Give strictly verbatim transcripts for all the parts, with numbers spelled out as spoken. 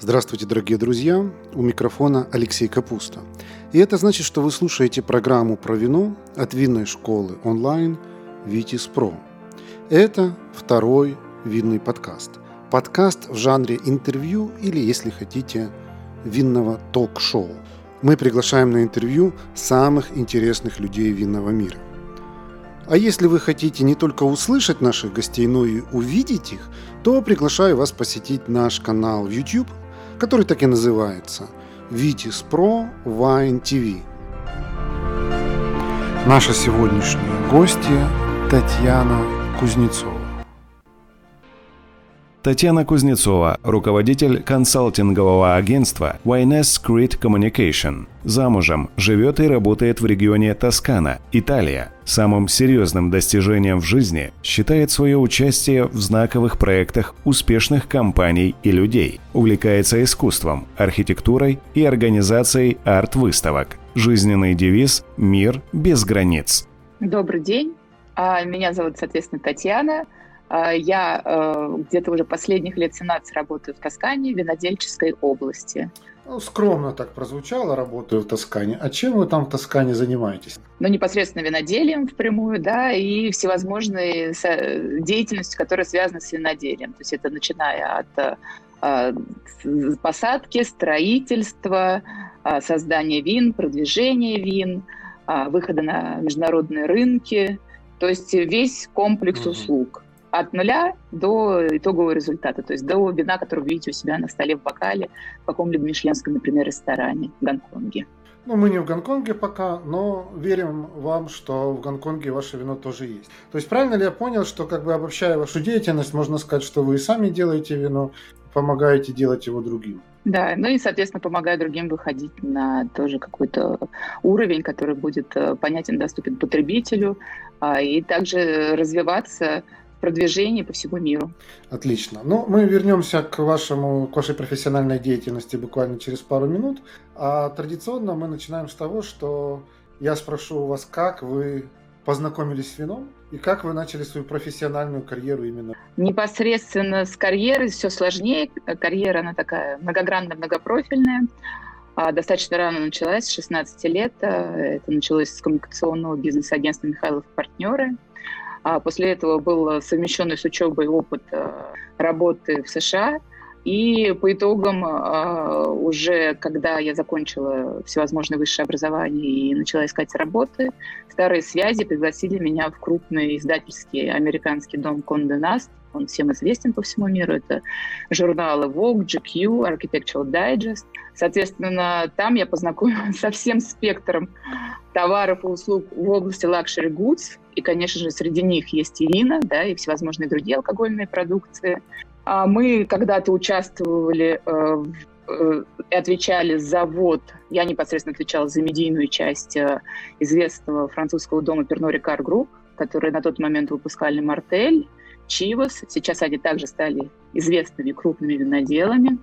Здравствуйте, дорогие друзья! У микрофона Алексей Капуста. И это значит, что вы слушаете программу про вино от винной школы онлайн Vitis Pro. Это второй винный подкаст. Подкаст в жанре интервью или, если хотите, винного ток-шоу. Мы приглашаем на интервью самых интересных людей винного мира. А если вы хотите не только услышать наших гостей, но и увидеть их, то приглашаю вас посетить наш канал в YouTube, который так и называется Vitis Pro Wine ти ви. Наша сегодняшняя гостья Татьяна Кузнецова. Татьяна Кузнецова, руководитель консалтингового агентства уай эн эс Creed Communication. Замужем, живет и работает в регионе Тоскана, Италия. Самым серьезным достижением в жизни считает свое участие в знаковых проектах успешных компаний и людей. Увлекается искусством, архитектурой и организацией арт-выставок. Жизненный девиз «Мир без границ». Добрый день. Меня зовут, соответственно, Татьяна. Я э, где-то уже последних лет семнадцать работаю в Тоскане, в винодельческой области. Ну, скромно так прозвучало, работаю в Тоскане. А чем вы там в Тоскане занимаетесь? Ну, непосредственно виноделием впрямую, да, и всевозможной деятельностью, которая связана с виноделием. То есть это начиная от э, посадки, строительства, э, создания вин, продвижения вин, э, выхода на международные рынки. То есть весь комплекс угу. услуг. От нуля до итогового результата, то есть до вина, которое вы видите у себя на столе в бокале в каком-либо мишленском, например, ресторане в Гонконге. Ну, мы не в Гонконге пока, но верим вам, что в Гонконге ваше вино тоже есть. То есть правильно ли я понял, что, как бы обобщая вашу деятельность, можно сказать, что вы и сами делаете вино, помогаете делать его другим? Да, ну и, соответственно, помогаю другим выходить на тоже какой-то уровень, который будет понятен, доступен потребителю, и также развиваться продвижение по всему миру. Отлично. Ну, мы вернемся к вашему, к вашей профессиональной деятельности буквально через пару минут. А традиционно мы начинаем с того, что я спрошу у вас, как вы познакомились с вином и как вы начали свою профессиональную карьеру именно. Непосредственно с карьерой все сложнее. Карьера, она такая многогранная, многопрофильная. Достаточно рано началась, с шестнадцати лет. Это началось с коммуникационного бизнес-агентства «Михайлов и партнеры». После этого был совмещенный с учебой опыт работы в США. И по итогам уже, когда я закончила всевозможные высшее образование и начала искать работы, старые связи пригласили меня в крупный издательский американский дом Кондé Наст. Он всем известен по всему миру. Это журналы Vogue, джи кью, Architectural Digest. Соответственно, там я познакомилась со всем спектром товаров и услуг в области luxury goods. И, конечно же, среди них есть и вина, да, и всевозможные другие алкогольные продукции. А мы когда-то участвовали э, э, и отвечали за ввод, я непосредственно отвечала за медийную часть э, известного французского дома Pernod Ricard Group, которые на тот момент выпускали Мартель, Чивас. Сейчас они также стали известными крупными виноделами.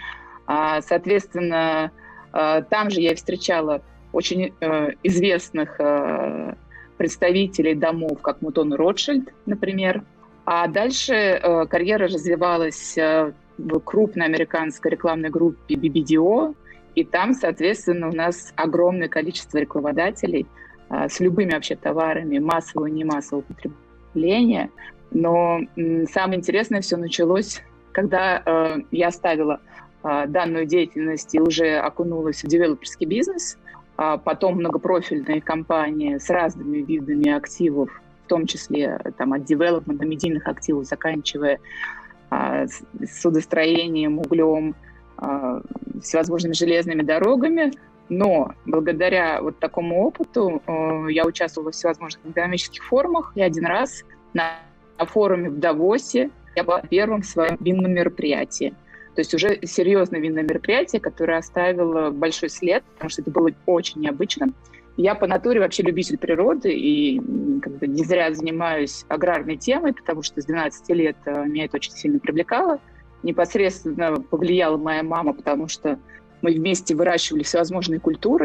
А, соответственно, э, там же я и встречала очень э, известных э, представителей домов, как Мутон и Ротшильд, например. А дальше э, карьера развивалась э, в крупной американской рекламной группе би би ди о, и там, соответственно, у нас огромное количество рекламодателей э, с любыми вообще товарами массового и немассового потребления. Но м, самое интересное все началось, когда э, я оставила э, данную деятельность и уже окунулась в девелоперский бизнес, а потом многопрофильные компании с разными видами активов, в том числе там, от девелопмента медийных активов, заканчивая а, судостроением, углем, а, всевозможными железными дорогами. Но благодаря вот такому опыту а, я участвовала в всевозможных экономических форумах. И один раз на, на форуме в Давосе я была первым в своем винном мероприятии. То есть уже серьезное винное мероприятие, которое оставило большой след, потому что это было очень необычно. Я по натуре вообще любитель природы и как бы не зря занимаюсь аграрной темой, потому что с двенадцати лет меня это очень сильно привлекало. Непосредственно повлияла моя мама, потому что мы вместе выращивали всевозможные культуры.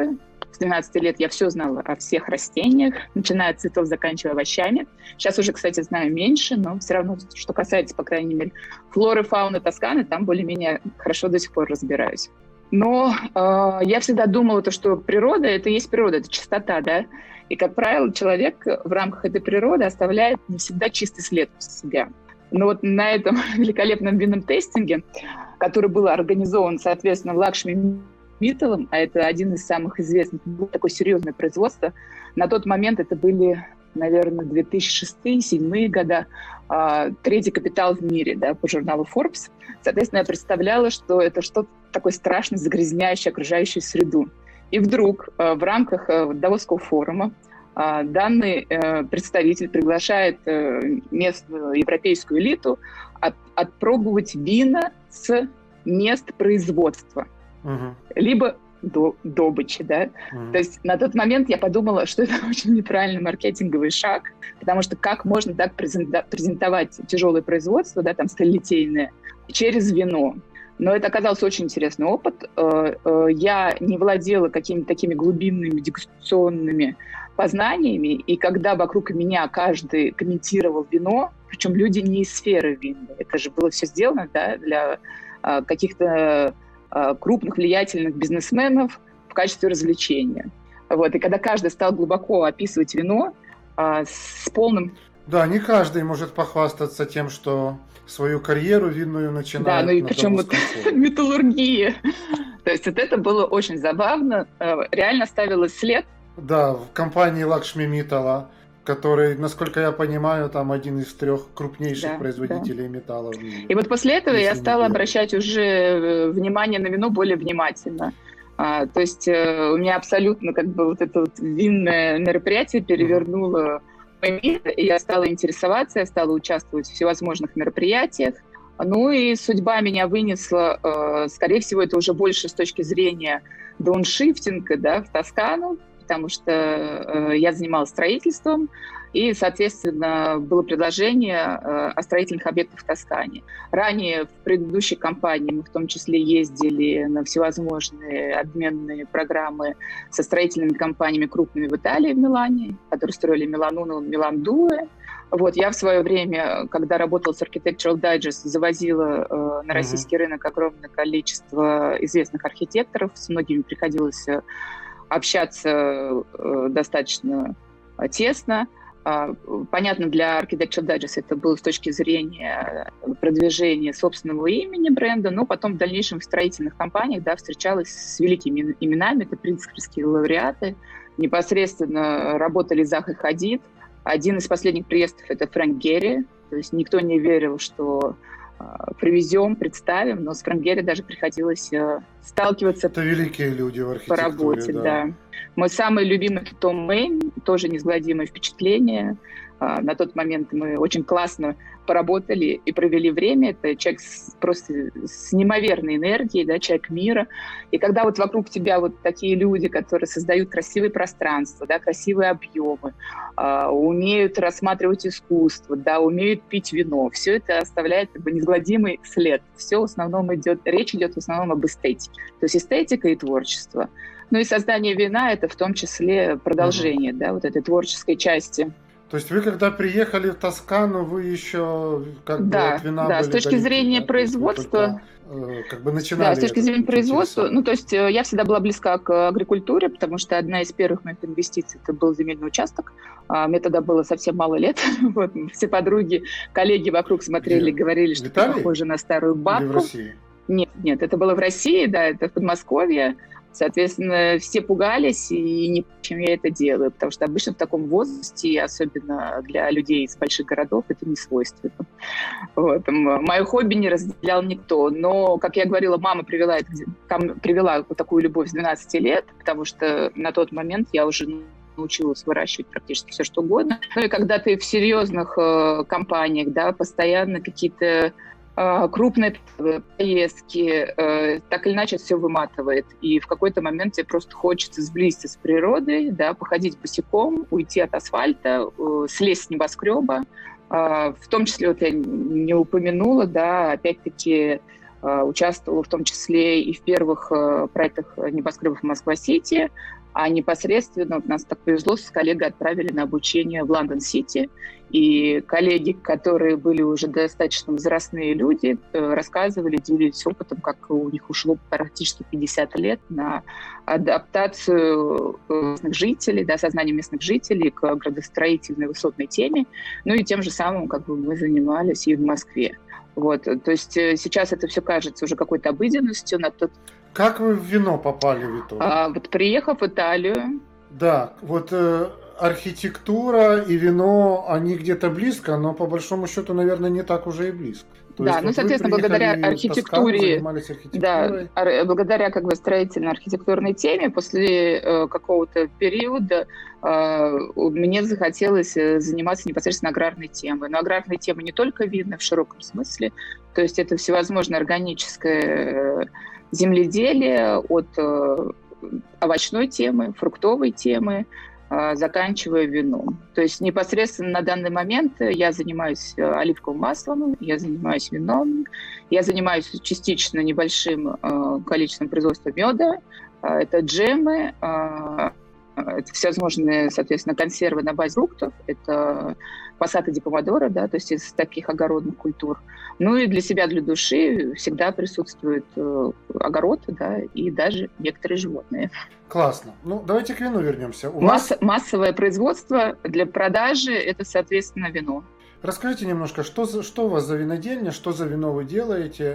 С двенадцати лет я все знала о всех растениях, начиная от цветов, заканчивая овощами. Сейчас уже, кстати, знаю меньше, но все равно, что касается, по крайней мере, флоры, фауны Тосканы, там более-менее хорошо до сих пор разбираюсь. Но э, я всегда думала, то, что природа – это и есть природа, это чистота, да. И, как правило, человек в рамках этой природы оставляет не всегда чистый след после себя. Но вот на этом великолепном винном тестинге, который был организован, соответственно, Лакшми Митталом, а это один из самых известных, такое серьезное производство, на тот момент это были, наверное, две тысячи шестые - две тысячи седьмые года, третий капитал в мире, да, по журналу Forbes. Соответственно, я представляла, что это что-то такое страшно загрязняющее окружающую среду. И вдруг в рамках Давосского форума данный представитель приглашает местную европейскую элиту от, отпробовать вина с мест производства, uh-huh. либо до, добычи, да. Uh-huh. То есть на тот момент я подумала, что это очень неправильный маркетинговый шаг, потому что как можно так презентовать тяжелое производство, да, там сталелитейное, через вино. Но это оказался очень интересный опыт. Я не владела какими-то такими глубинными дегустационными познаниями, и когда вокруг меня каждый комментировал вино, причем люди не из сферы винной, это же было все сделано, да, для каких-то крупных влиятельных бизнесменов в качестве развлечения. Вот. И когда каждый стал глубоко описывать вино с полным... Да, не каждый может похвастаться тем, что свою карьеру винную начинает. Да, ну и причем вот металлургия. То есть вот это было очень забавно, реально ставило след. Да, в компании Лакшми Миттала, который, насколько я понимаю, там один из трех крупнейших да, производителей да. металла в мире. И вот после этого я стала обращать уже внимание на вино более внимательно. А, то есть у меня абсолютно как бы вот это вот винное мероприятие перевернуло мой мир, и я стала интересоваться, я стала участвовать в всевозможных мероприятиях. Ну и судьба меня вынесла, скорее всего, это уже больше с точки зрения дауншифтинга, да, в Тоскану, потому что э, я занималась строительством, и, соответственно, было предложение э, о строительных объектах в Тоскане. Ранее в предыдущей компании мы в том числе ездили на всевозможные обменные программы со строительными компаниями крупными в Италии, в Милане, которые строили Милануну, Миландуэ. Вот, я в свое время, когда работала с Architectural Digest, завозила э, на российский mm-hmm. рынок огромное количество известных архитекторов, с многими приходилось общаться э, достаточно тесно. Э, понятно, для Architectural Digest это было с точки зрения продвижения собственного имени бренда, но потом в дальнейшем в строительных компаниях, да, встречалась с великими именами, это прицкерские лауреаты, непосредственно работали Зах и Хадид. Один из последних приездов – это Фрэнк Герри, то есть никто не верил, что привезем, представим, но с Фрэнк Герри даже приходилось э, сталкиваться. Это великие люди в архитектуре, по работе, да. да. Мой самый любимый – Том Мэйн, тоже неизгладимое впечатление. А, на тот момент мы очень классно поработали и провели время. Это человек с, просто с неимоверной энергией, да, человек мира. И когда вот вокруг тебя вот такие люди, которые создают красивые пространства, да, красивые объемы, а, умеют рассматривать искусство, да, умеют пить вино, все это оставляет как бы неизгладимый след. Все в основном идет, речь идет в основном об эстетике. То есть эстетика и творчество. Ну и создание вина – это в том числе продолжение, mm-hmm. да, вот этой творческой части. То есть вы, когда приехали в Тоскану, вы еще как да, бы от вина да, были с точки далеки, зрения да? производства, только, как бы начинали. Да, с точки зрения производства, ну то есть я всегда была близка к агрикультуре, потому что одна из первых моих инвестиций это был земельный участок. Мне тогда было совсем мало лет. Вот, все подруги, коллеги вокруг смотрели, Где? говорили, что ты похожа на старую бабку. Или в России? Нет, нет, это было в России, да, это в Подмосковье. Соответственно, все пугались, и не почему я это делаю, потому что обычно в таком возрасте, особенно для людей из больших городов, это не свойственно. Вот. Мое хобби не разделял никто, но, как я говорила, мама привела, это, привела такую любовь с двенадцати лет, потому что на тот момент я уже научилась выращивать практически все, что угодно. Ну и когда ты в серьезных э, компаниях, да, постоянно какие-то крупные поездки, так или иначе все выматывает. И в какой-то момент тебе просто хочется сблизиться с природой, да, походить босиком, уйти от асфальта, слезть с небоскреба. В том числе, вот я не упомянула, да, опять-таки участвовала в том числе и в первых проектах небоскребов Москва-Сити. а непосредственно вот нас так повезло, с коллегой отправили на обучение в Лондон-Сити. И коллеги, которые были уже достаточно возрастные люди, рассказывали, делились опытом, как у них ушло практически пятьдесят лет на адаптацию местных жителей, да, сознание местных жителей к градостроительной высотной теме. Ну и тем же самым как бы мы занимались и в Москве. Вот. То есть сейчас это все кажется уже какой-то обыденностью. На тот... Как вы в вино попали в итоге? А, вот приехав в Италию... Да, вот э, архитектура и вино, они где-то близко, но по большому счету, наверное, не так уже и близко. То да, есть, ну, вот соответственно, благодаря архитектуре, да, благодаря как бы строительно-архитектурной теме, после э, какого-то периода э, мне захотелось заниматься непосредственно аграрной темой. Но аграрная тема не только винная в широком смысле, то есть это всевозможное органическое земледелие от э, овощной темы, фруктовой темы, заканчивая вином. То есть непосредственно на данный момент я занимаюсь оливковым маслом, я занимаюсь вином, я занимаюсь частично небольшим количеством производства меда, это джемы, это всевозможные, соответственно, консервы на базе фруктов, это пассата ди помодоро, да, то есть из таких огородных культур. Ну и для себя, для души всегда присутствует огород, да, и даже некоторые животные. Классно. Ну, давайте к вину вернемся. У Масс- вас... Массовое производство для продажи – это, соответственно, вино. Расскажите немножко, что, за, что у вас за винодельня, что за вино вы делаете,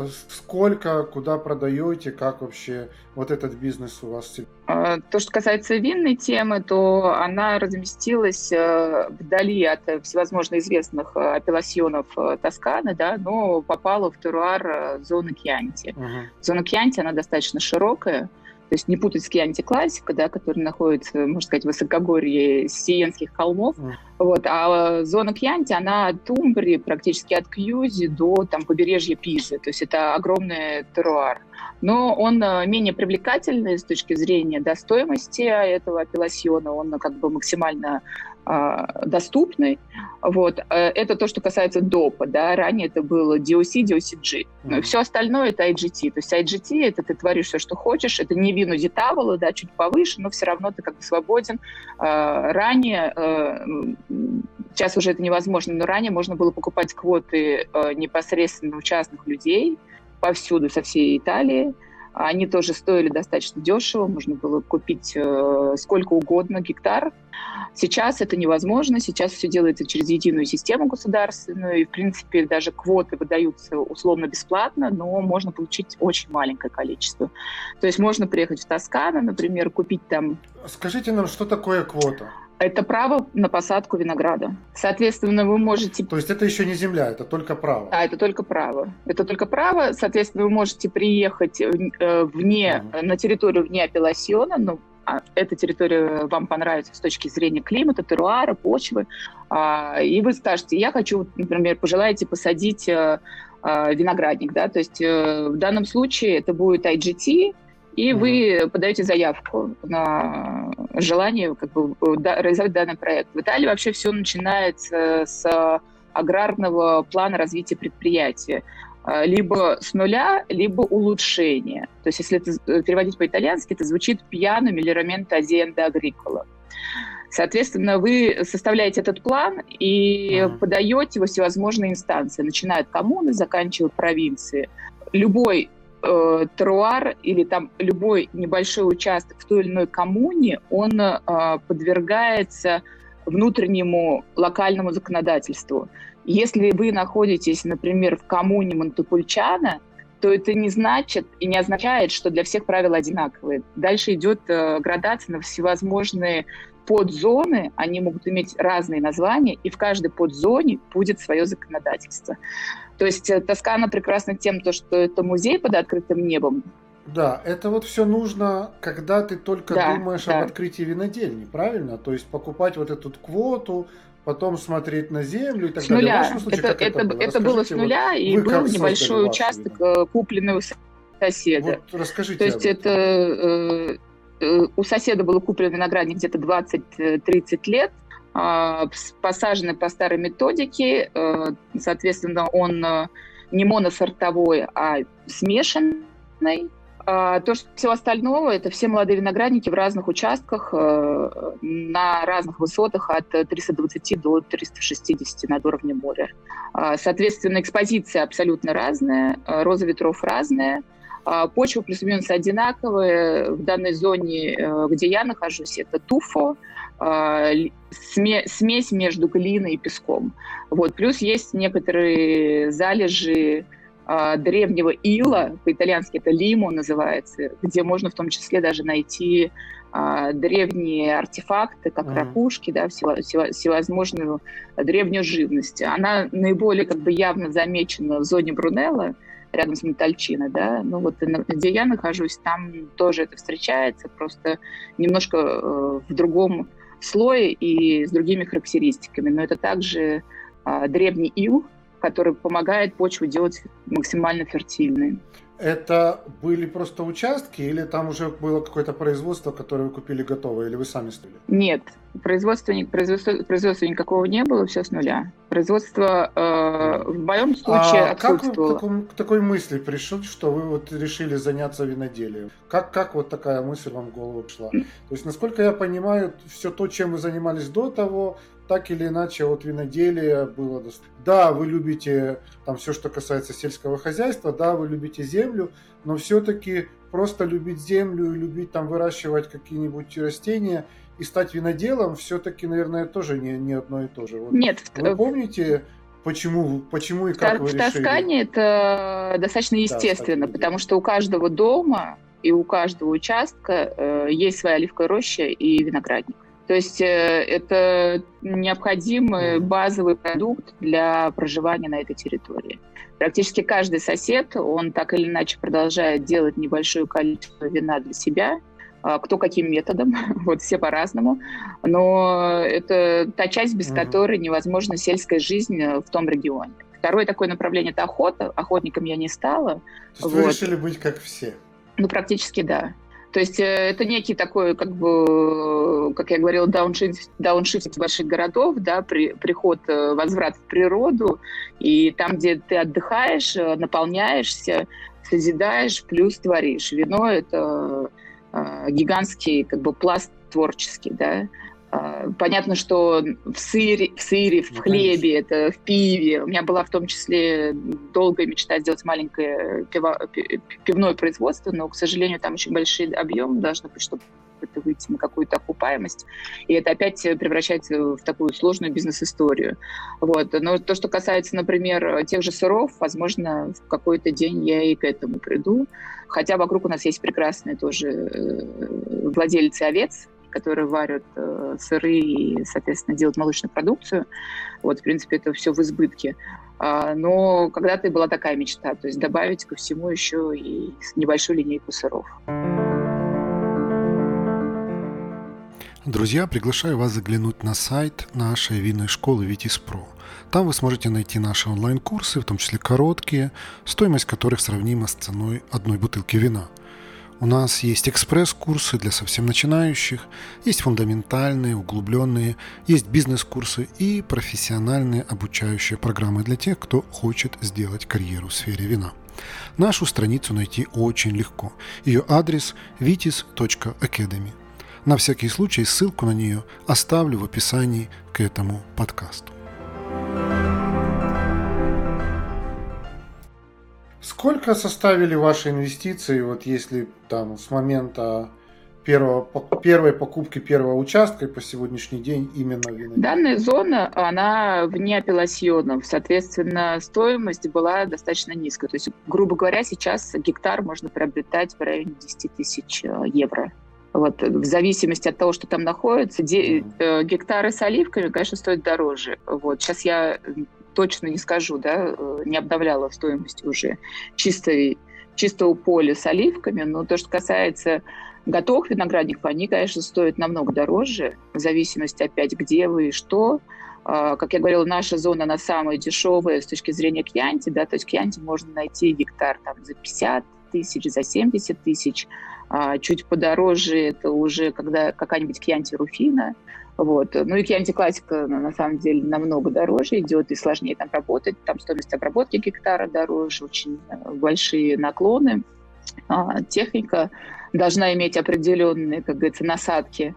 сколько, куда продаете, как вообще вот этот бизнес у вас? То, что касается винной темы, то она разместилась вдали от всевозможных известных апелласьонов Тосканы, да, но попала в теруар зоны Кьянти. Угу. Зона Кьянти, она достаточно широкая. То есть не путать с Кьянти классика, да, который находится, можно сказать, в высокогорье Сиенских холмов. Mm. Вот. А зона Кьянти, она от Умбрии, практически от Кьюзи до там, побережья Пизы. То есть это огромный теруар. Но он менее привлекательный с точки зрения да, стоимости этого апелласьона. Он как бы максимально э, доступный. Вот. Это то, что касается допа. Да. Ранее это было ди о си, ди о си джи. Mm. Все остальное это ай джи ти. То есть ай джи ти это ты творишь все, что хочешь. Это не вину ди таволо, да, чуть повыше, но все равно ты как бы свободен. Э, ранее, э, сейчас уже это невозможно, но ранее можно было покупать квоты э, непосредственно у частных людей, повсюду, со всей Италии. Они тоже стоили достаточно дешево, можно было купить э, сколько угодно гектар. Сейчас это невозможно, сейчас все делается через единую систему государственную, и, в принципе, даже квоты выдаются условно бесплатно, но можно получить очень маленькое количество. То есть можно приехать в Тоскану, например, купить там... Скажите нам, что такое квота? Это право на посадку винограда. Соответственно, вы можете... То есть это еще не земля, это только право? Да, это только право. Это только право. Соответственно, вы можете приехать вне, uh-huh. на территорию вне апелласьона, но эта территория вам понравится с точки зрения климата, теруара, почвы. И вы скажете, я хочу, например, пожелаете посадить виноградник. Да? То есть в данном случае это будет ай джи ти, и mm-hmm. вы подаете заявку на желание как бы, да, реализовать данный проект. В Италии вообще все начинается с аграрного плана развития предприятия. Либо с нуля, либо улучшения. То есть если это переводить по-итальянски, это звучит «piano miglioramento azienda agricola». Соответственно, вы составляете этот план и mm-hmm. подаете во всевозможные инстанции, начиная от коммуны, заканчивая провинции. Любой теруар или там любой небольшой участок в той или иной коммуне, он э, подвергается внутреннему локальному законодательству. Если вы находитесь, например, в коммуне Монтепульчано, то это не значит и не означает, что для всех правила одинаковые. Дальше идет э, градация на всевозможные подзоны, они могут иметь разные названия, и в каждой подзоне будет свое законодательство. То есть Тоскана прекрасна тем, что это музей под открытым небом. Да, это вот все нужно, когда ты только да, думаешь да. об открытии винодельни, правильно? То есть покупать вот эту квоту, потом смотреть на землю и так с далее. Нуля. В вашем случае, это, как это, это было? Это было с нуля, вот и был небольшой участок, вино? Купленный у соседа. Вот расскажите То есть это... У соседа было куплено виноградник где-то двадцать-тридцать лет, посаженный по старой методике, соответственно, он не моносортовой, а смешанный. а, то, что всего остального, это все молодые виноградники в разных участках, а, на разных высотах от триста двадцать до триста шестьдесят над уровнем моря. А, соответственно, экспозиция абсолютно разная, а, роза ветров разная, а, почва плюс-минус одинаковая. В данной зоне, а, где я нахожусь, это туфо, а, сме- смесь между глиной и песком. Вот. Плюс есть некоторые залежи древнего ила, по-итальянски это лимо называется, где можно в том числе даже найти а, древние артефакты, как mm-hmm. ракушки, да, всево, всево, всевозможную древнюю живность. Она наиболее как бы явно замечена в зоне Брунелло, рядом с Монтальчино, да, ну вот где я нахожусь, там тоже это встречается, просто немножко э, в другом слое и с другими характеристиками, но это также э, древний ил, который помогает почву делать максимально фертильной. Это были просто участки или там уже было какое-то производство, которое вы купили готовое, или вы сами строили? Нет, производства, производства, производства никакого не было, все с нуля. Производство э, в моем случае а отсутствовало. Как вы к такой мысли пришли, что вы вот решили заняться виноделием? Как, как вот такая мысль вам в голову пришла? То есть, насколько я понимаю, все то, чем вы занимались до того, так или иначе от виноделия было доступно. Да, вы любите там все, что касается сельского хозяйства, да, вы любите землю, но все-таки просто любить землю и любить там выращивать какие-нибудь растения и стать виноделом, все-таки, наверное, тоже не, не одно и то же. Вот. Нет. Вы помните, почему, почему и как в, вы в решили? В Тоскане это достаточно естественно, да, потому что у каждого дома и у каждого участка э, есть своя оливковая роща и виноградник. То есть это необходимый базовый продукт для проживания на этой территории. Практически каждый сосед, он так или иначе продолжает делать небольшое количество вина для себя, кто каким методом, вот все по-разному, но это та часть, без mm-hmm. которой невозможна сельская жизнь в том регионе. Второе такое направление – это охота. Охотником я не стала. То есть вот. Вы решили быть как все? Ну, практически да. То есть это некий такой, как бы, как я говорила, дауншифт, дауншифт больших городов, да, при, приход, возврат в природу, и там, где ты отдыхаешь, наполняешься, созидаешь, плюс творишь. Вино – это э, гигантский, как бы, пласт творческий, да. Понятно, что в сыре, в, сыре, в хлебе, это в пиве. У меня была в том числе долгая мечта сделать маленькое пиво, пивное производство, но, к сожалению, там очень большие объемы должны быть, чтобы это выйти на какую-то окупаемость. И это опять превращается в такую сложную бизнес-историю. Вот. Но то, что касается, например, тех же сыров, возможно, в какой-то день я и к этому приду. Хотя вокруг у нас есть прекрасные тоже владельцы овец, которые варят э, сыры и, соответственно, делают молочную продукцию. Вот, в принципе, это все в избытке. А, но когда-то была такая мечта, то есть добавить ко всему еще и небольшую линейку сыров. Друзья, приглашаю вас заглянуть на сайт нашей винной школы Vitis.Pro. Там вы сможете найти наши онлайн-курсы, в том числе короткие, стоимость которых сравнима с ценой одной бутылки вина. У нас есть экспресс-курсы для совсем начинающих, есть фундаментальные, углубленные, есть бизнес-курсы и профессиональные обучающие программы для тех, кто хочет сделать карьеру в сфере вина. Нашу страницу найти очень легко. Ее адрес vitis точка academy. На всякий случай ссылку на нее оставлю в описании к этому подкасту. Сколько составили ваши инвестиции, вот если там с момента первого, первой покупки первого участка и по сегодняшний день именно виноделия? Данная зона, она вне апелласьонов, соответственно, стоимость была достаточно низкая. То есть, грубо говоря, сейчас гектар можно приобретать в районе десять тысяч евро. Вот, в зависимости от того, что там находится, де, э, гектары с оливками, конечно, стоят дороже. Вот, сейчас я точно не скажу, да, не обновляла в стоимости уже чистой, чистого поля с оливками, но то, что касается готовых виноградников, они, конечно, стоят намного дороже, в зависимости опять, где вы и что. Как я говорила, наша зона, она самая дешевая с точки зрения кьянти, да, то есть кьянти можно найти гектар там за пятьдесят тысяч, за семьдесят тысяч, чуть подороже это уже когда какая-нибудь кьянти руфина. Вот. Ну и кьянти классика на самом деле намного дороже идет и сложнее там работать. Там стоимость обработки гектара дороже, очень большие наклоны. техника должна иметь определенные, как говорится, насадки.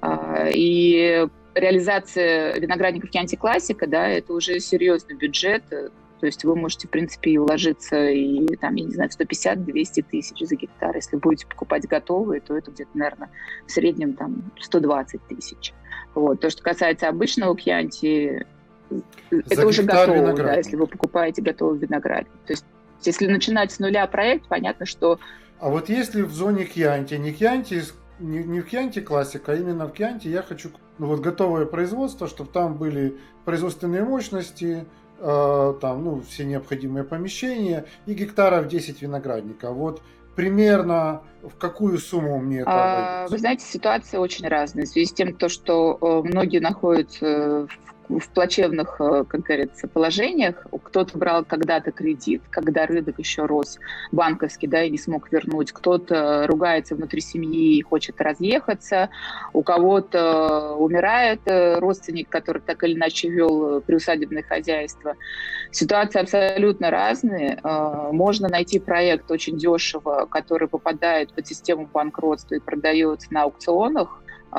И реализация виноградников Chianti Classico, да, это уже серьезный бюджет. То есть вы можете, в принципе, и уложиться и, там, я не знаю, сто пятьдесят - двести тысяч за гектар. Если будете покупать готовые, то это где-то, наверное, в среднем там сто двадцать тысяч. Вот. То, что касается обычного Chianti, это уже готово, да, если вы покупаете готовый виноградник. То есть если начинать с нуля проект, понятно, что... А вот если в зоне Chianti, не Chianti, не, не в Chianti Classico, а именно в Chianti, я хочу, ну, вот готовое производство, чтобы там были производственные мощности, там, ну, все необходимые помещения и гектаров десять виноградника. Вот примерно в какую сумму мне это обойдется? Вы знаете, ситуация очень разная. В связи с тем, что многие находятся в плачевных, как говорится, положениях. Кто-то брал когда-то кредит, когда рынок еще рос банковский, да, и не смог вернуть. Кто-то ругается внутри семьи и хочет разъехаться. У кого-то умирает родственник, который так или иначе вел приусадебное хозяйство. Ситуации абсолютно разные. Можно найти проект очень дешево, который попадает под систему банкротства и продается на аукционах.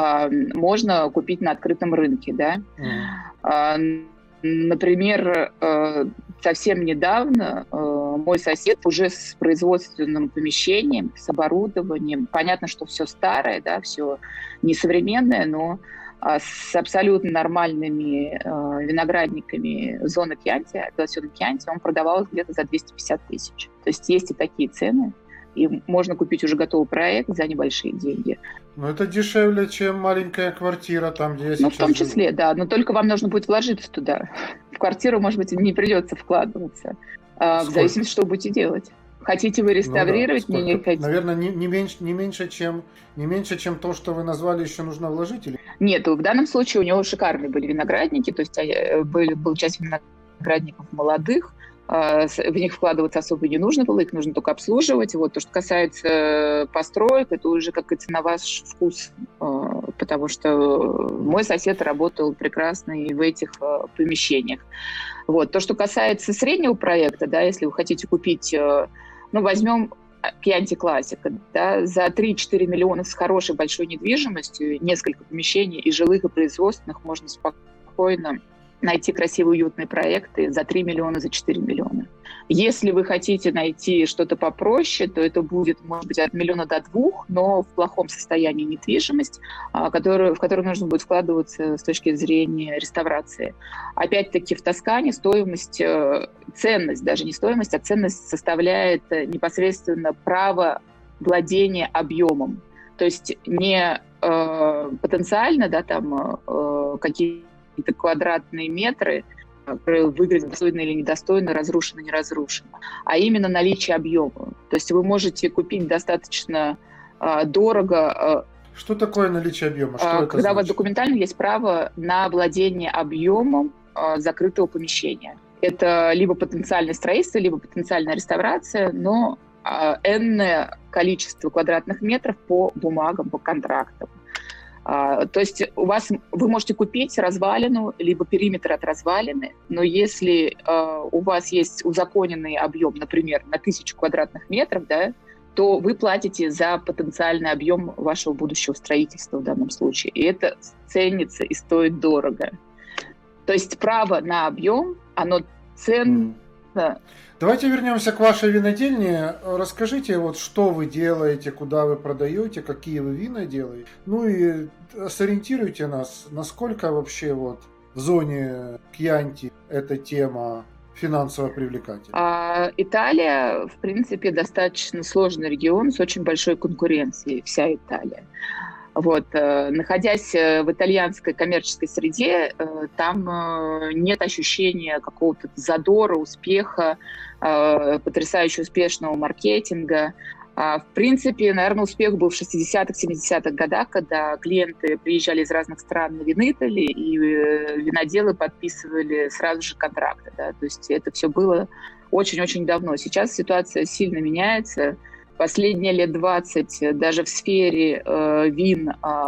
Можно купить на открытом рынке, да. Mm. Например, совсем недавно мой сосед уже с производственным помещением, с оборудованием, понятно, что все старое, да, все несовременное, но с абсолютно нормальными виноградниками зоны Chianti, апелляционной Chianti, он продавал где-то за двести пятьдесят тысяч. То есть есть и такие цены. И можно купить уже готовый проект за небольшие деньги. Ну, это дешевле, чем маленькая квартира, там, где я сейчас Ну, в том числе, живу. Да. Но только вам нужно будет вложиться туда. В квартиру, может быть, не придется вкладываться. Сколько? В зависимости, что вы будете делать. Хотите вы реставрировать? Ну, да. не, не хотите? Наверное, не, не, меньше, не, меньше, чем, не меньше, чем то, что вы назвали, еще нужно вложить? Или... Нет, в данном случае у него шикарные были виноградники. То есть были, была часть виноградников молодых. В них вкладываться особо не нужно было, их нужно только обслуживать. Вот. То, что касается построек, это уже как и на ваш вкус, потому что мой сосед работал прекрасно и в этих помещениях. Вот. То, что касается среднего проекта, да, если вы хотите купить, ну, возьмем Chianti Classico, да, за три-четыре миллиона с хорошей большой недвижимостью, несколько помещений и жилых, и производственных, можно спокойно найти красивые, уютные проекты за три миллиона, за четыре миллиона. Если вы хотите найти что-то попроще, то это будет, может быть, от миллиона до двух, но в плохом состоянии недвижимость, которую, в которую нужно будет вкладываться с точки зрения реставрации. Опять-таки в Тоскане стоимость, ценность, даже не стоимость, а ценность составляет непосредственно право владения объемом. То есть не э, потенциально, да, там э, какие какие-то квадратные метры, которые выглядят достойно или недостойно, разрушено, не разрушено, а именно наличие объема. То есть вы можете купить достаточно э, дорого. Э, Что такое наличие объема? Что э, это когда значит? у вас документально есть право на владение объемом э, закрытого помещения. Это либо потенциальное строительство, либо потенциальная реставрация, но э, энное количество квадратных метров по бумагам, по контрактам. Uh, то есть у вас, вы можете купить развалину, либо периметр от развалины, но если uh, у вас есть узаконенный объем, например, на тысячу квадратных метров, да, то вы платите за потенциальный объем вашего будущего строительства в данном случае. И это ценится и стоит дорого. То есть право на объем, оно ценно. Mm. Давайте вернемся к вашей винодельне. Расскажите, вот что вы делаете, куда вы продаете, какие вы вина делаете. Ну и сориентируйте нас, насколько вообще вот в зоне Chianti эта тема финансово привлекательна. А, Италия, в принципе, достаточно сложный регион с очень большой конкуренцией, вся Италия. Вот, э, находясь в итальянской коммерческой среде, э, там э, нет ощущения какого-то задора, успеха, э, потрясающе успешного маркетинга. А, в принципе, наверное, успех был в шестидесятых, семидесятых годах, когда клиенты приезжали из разных стран на винодели, и э, виноделы подписывали сразу же контракты. Да? То есть это все было очень-очень давно. Сейчас ситуация сильно меняется. Последние лет двадцать даже в сфере э, вин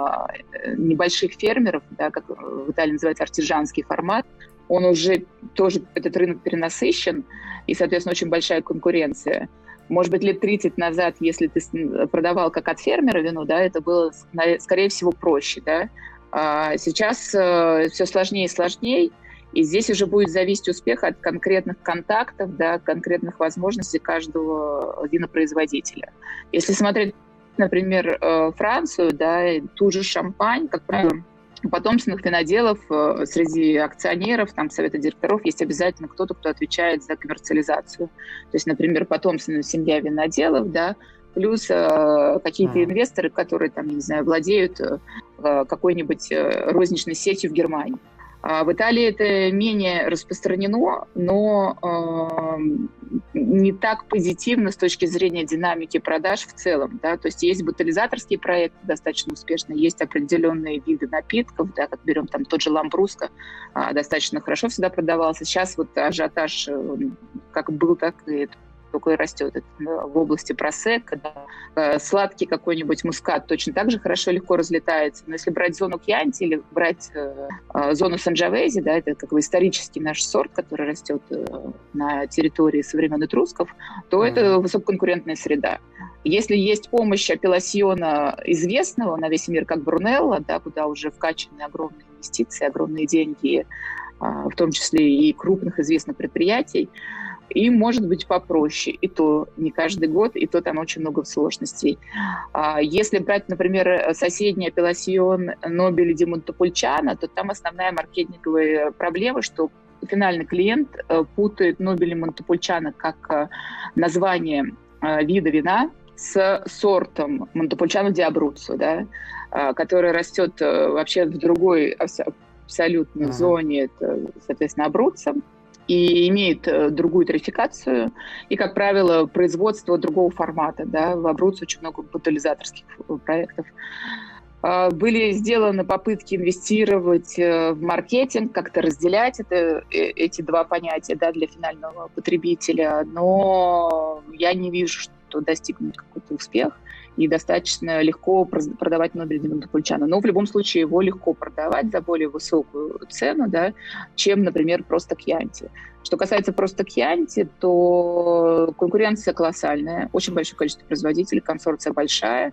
э, небольших фермеров, да, как в Италии называется артизанский формат, он уже тоже, этот рынок перенасыщен, и, соответственно, очень большая конкуренция. Может быть, лет тридцать назад, если ты продавал как от фермера вино, да, это было, скорее всего, проще, да. А сейчас э, все сложнее и сложнее, и здесь уже будет зависеть успех от конкретных контактов, да, конкретных возможностей каждого винопроизводителя. Если смотреть, например, э, Францию, да, ту же Шампань, как правило, у потомственных виноделов э, среди акционеров, там, совета директоров есть обязательно кто-то, кто отвечает за коммерциализацию. То есть, например, потомственная семья виноделов, да, плюс э, какие-то инвесторы, которые, там, не знаю, владеют э, какой-нибудь э, розничной сетью в Германии. А в Италии это менее распространено, но э, не так позитивно с точки зрения динамики продаж в целом. Да? То есть есть бутализаторские проекты достаточно успешные, есть определенные виды напитков, да, как берем там тот же Ламбруско, э, достаточно хорошо всегда продавался. Сейчас вот ажиотаж э, как был, так и только и растет. Это в области просекко, да. Сладкий какой-нибудь мускат точно так же хорошо, легко разлетается. Но если брать зону Кьянти или брать э, зону Санджавези, да, это как бы исторический наш сорт, который растет э, на территории со времен этрусков, то mm-hmm. это высококонкурентная среда. Если есть помощь апелласьона известного на весь мир, как Брунелло, да, куда уже вкачаны огромные инвестиции, огромные деньги, э, в том числе и крупных известных предприятий, и может быть попроще, и то не каждый год, и то там очень много сложностей. Если брать, например, соседний апелласьон Нобеле ди Монтепульчано, то там основная маркетинговая проблема, что финальный клиент путает Нобеле Монтепульчано как название вида вина с сортом Монтепульчано ди Абруццо, да, который растет вообще в другой абсолютно зоне, это, соответственно, Абруццо, и имеет другую тарификацию, и, как правило, производство другого формата. Да? В Абруццо очень много бутализаторских проектов. Были сделаны попытки инвестировать в маркетинг, как-то разделять это, эти два понятия, да, для финального потребителя, но я не вижу, что достигнут какой-то успех, и достаточно легко продавать Нобеле ди Монтепульчано. Но в любом случае его легко продавать за более высокую цену, да, чем, например, просто Кьянти. Что касается просто Кьянти, то конкуренция колоссальная, очень большое количество производителей, консорция большая.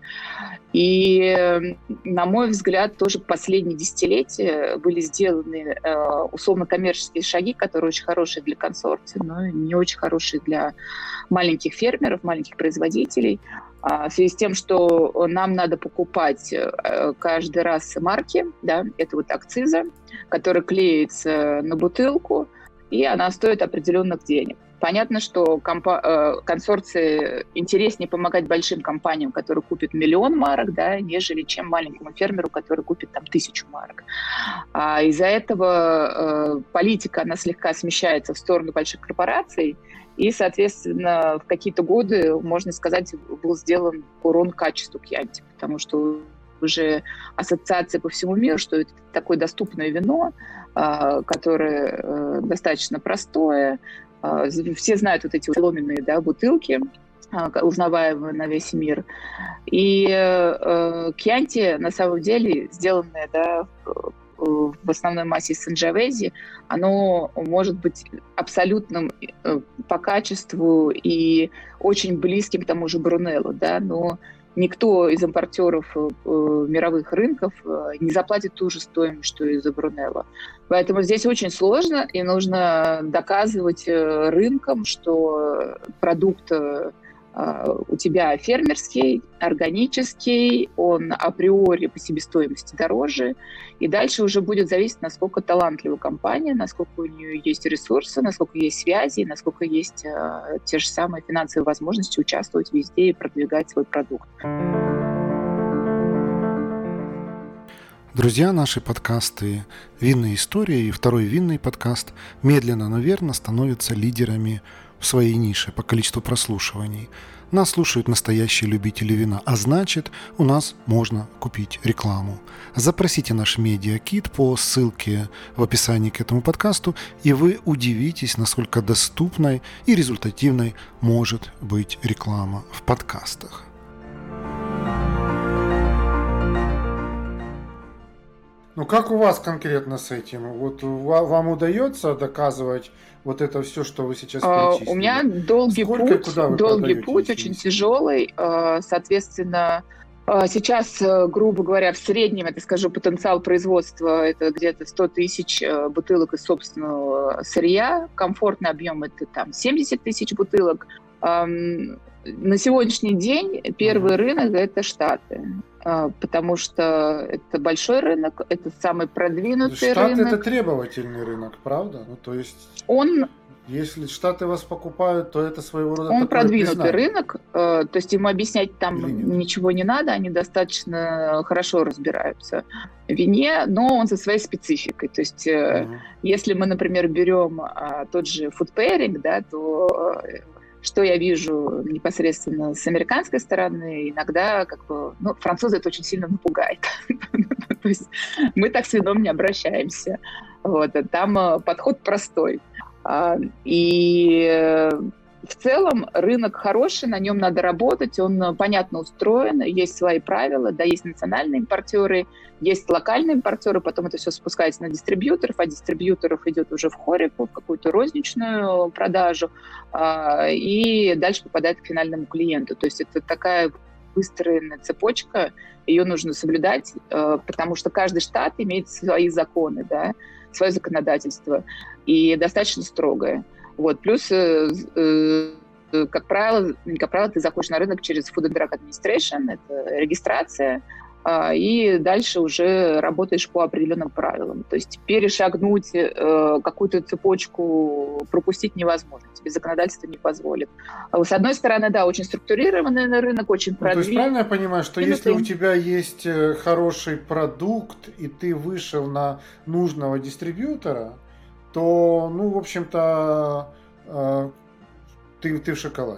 И, на мой взгляд, тоже последние десятилетия были сделаны э, условно-коммерческие шаги, которые очень хорошие для консорция, но не очень хорошие для маленьких фермеров, маленьких производителей. В связи с тем, что нам надо покупать каждый раз марки, да, это вот акциза, которая клеится на бутылку, и она стоит определенных денег. Понятно, что компа- консорции интереснее помогать большим компаниям, которые купят миллион марок, да, нежели чем маленькому фермеру, который купит там тысячу марок. А из-за этого э, политика, она слегка смещается в сторону больших корпораций, и, соответственно, в какие-то годы, можно сказать, был сделан урон качеству Кьянти, потому что уже ассоциация по всему миру, что это такое доступное вино, которое достаточно простое. Все знают вот эти соломенные, да, бутылки, узнаваемые на весь мир. И Кьянти, на самом деле, сделанное, да, в основной массе Санджавези, оно может быть абсолютным по качеству и очень близким к тому же Брунелло, да, но никто из импортеров мировых рынков не заплатит ту же стоимость, что и за Брунелло. Поэтому здесь очень сложно, и нужно доказывать рынкам, что продукт у тебя фермерский, органический, он априори по себестоимости дороже, и дальше уже будет зависеть, насколько талантлива компания, насколько у нее есть ресурсы, насколько есть связи, насколько есть э, те же самые финансовые возможности участвовать везде и продвигать свой продукт. Друзья, наши подкасты «Винные истории» и второй винный подкаст медленно, но верно становятся лидерами в своей нише по количеству прослушиваний. Нас слушают настоящие любители вина, а значит, у нас можно купить рекламу. Запросите наш медиакит по ссылке в описании к этому подкасту, и вы удивитесь, насколько доступной и результативной может быть реклама в подкастах. Ну Ну как у вас конкретно с этим? Вот вам удается доказывать вот это все, что вы сейчас перечислили? У меня долгий Сколько путь, долгий путь, очень тяжелый. Соответственно, сейчас, грубо говоря, в среднем, это скажу, потенциал производства это где-то сто тысяч бутылок из собственного сырья. Комфортный объем это там семьдесят тысяч бутылок. На сегодняшний день первый uh-huh. рынок это Штаты, потому что это большой рынок, это самый продвинутый Штаты рынок. Штаты это требовательный рынок, правда? Ну то есть. Он Если Штаты вас покупают, то это своего рода Он продвинутый признание. рынок, то есть ему объяснять там ничего не надо, они достаточно хорошо разбираются в вине, но он со своей спецификой. То есть uh-huh. если мы, например, берем тот же food pairing, да, то что я вижу непосредственно с американской стороны, иногда как бы, ну, французы это очень сильно напугает. То есть мы так с вином не обращаемся. Вот, там подход простой. И в целом рынок хороший, на нем надо работать, он понятно устроен, есть свои правила, да, есть национальные импортеры, есть локальные импортеры, потом это все спускается на дистрибьюторов, а дистрибьюторов идет уже в хорику, в какую-то розничную продажу, и дальше попадает к финальному клиенту. То есть это такая выстроенная цепочка, ее нужно соблюдать, потому что каждый штат имеет свои законы, да, свое законодательство, и достаточно строгое. Вот. Плюс, э, э, как правило, как правило, ты заходишь на рынок через Food and Drug Administration, это регистрация, э, и дальше уже работаешь по определенным правилам. То есть перешагнуть э, какую-то цепочку, пропустить невозможно, тебе законодательство не позволит. С одной стороны, да, очень структурированный рынок, очень продвинутый. Ну, то есть правильно я понимаю, что если у тебя есть хороший продукт, и ты вышел на нужного дистрибьютора, то, ну, в общем-то, э, ты, ты в шоколаде.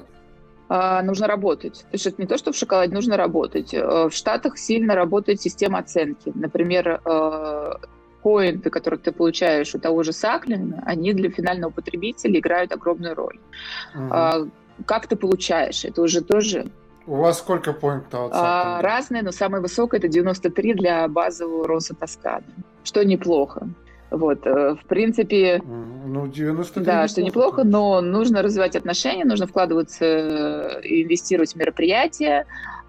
А, нужно работать. То есть это не то, что в шоколаде, нужно работать. В Штатах сильно работает система оценки. Например, э, поинты, которые ты получаешь у того же Саклина, они для финального потребителя играют огромную роль. Угу. А, как ты получаешь? Это уже тоже... У вас сколько поинтов от Саклина? А, разные, но самое высокое это девяносто три для базового Росса Тосканы, что неплохо. Вот, в принципе, ну, девяносто три да, что неплохо, но нужно развивать отношения, нужно вкладываться, инвестировать в мероприятия,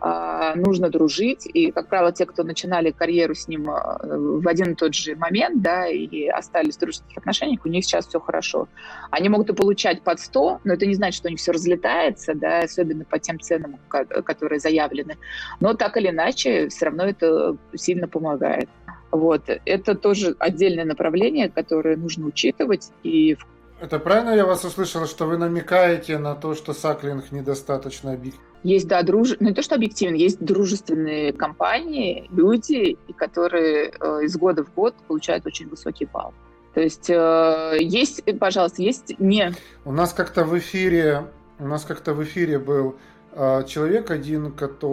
нужно дружить. И, как правило, те, кто начинали карьеру с ним в один и тот же момент, да, и остались в дружеских отношениях, у них сейчас все хорошо. Они могут и получать под сто, но это не значит, что у них все разлетается, да, особенно по тем ценам, которые заявлены. Но так или иначе, все равно это сильно помогает. Вот. Это тоже отдельное направление, которое нужно учитывать. И... Это правильно я вас услышала, что вы намекаете на то, что Саклинг недостаточно объективен? Есть, да, друж... ну, не то, что объективно, есть дружественные компании, люди, которые э, из года в год получают очень высокий балл. То есть э, есть, пожалуйста, есть не... У нас как-то в эфире, у нас как-то в эфире был человек один,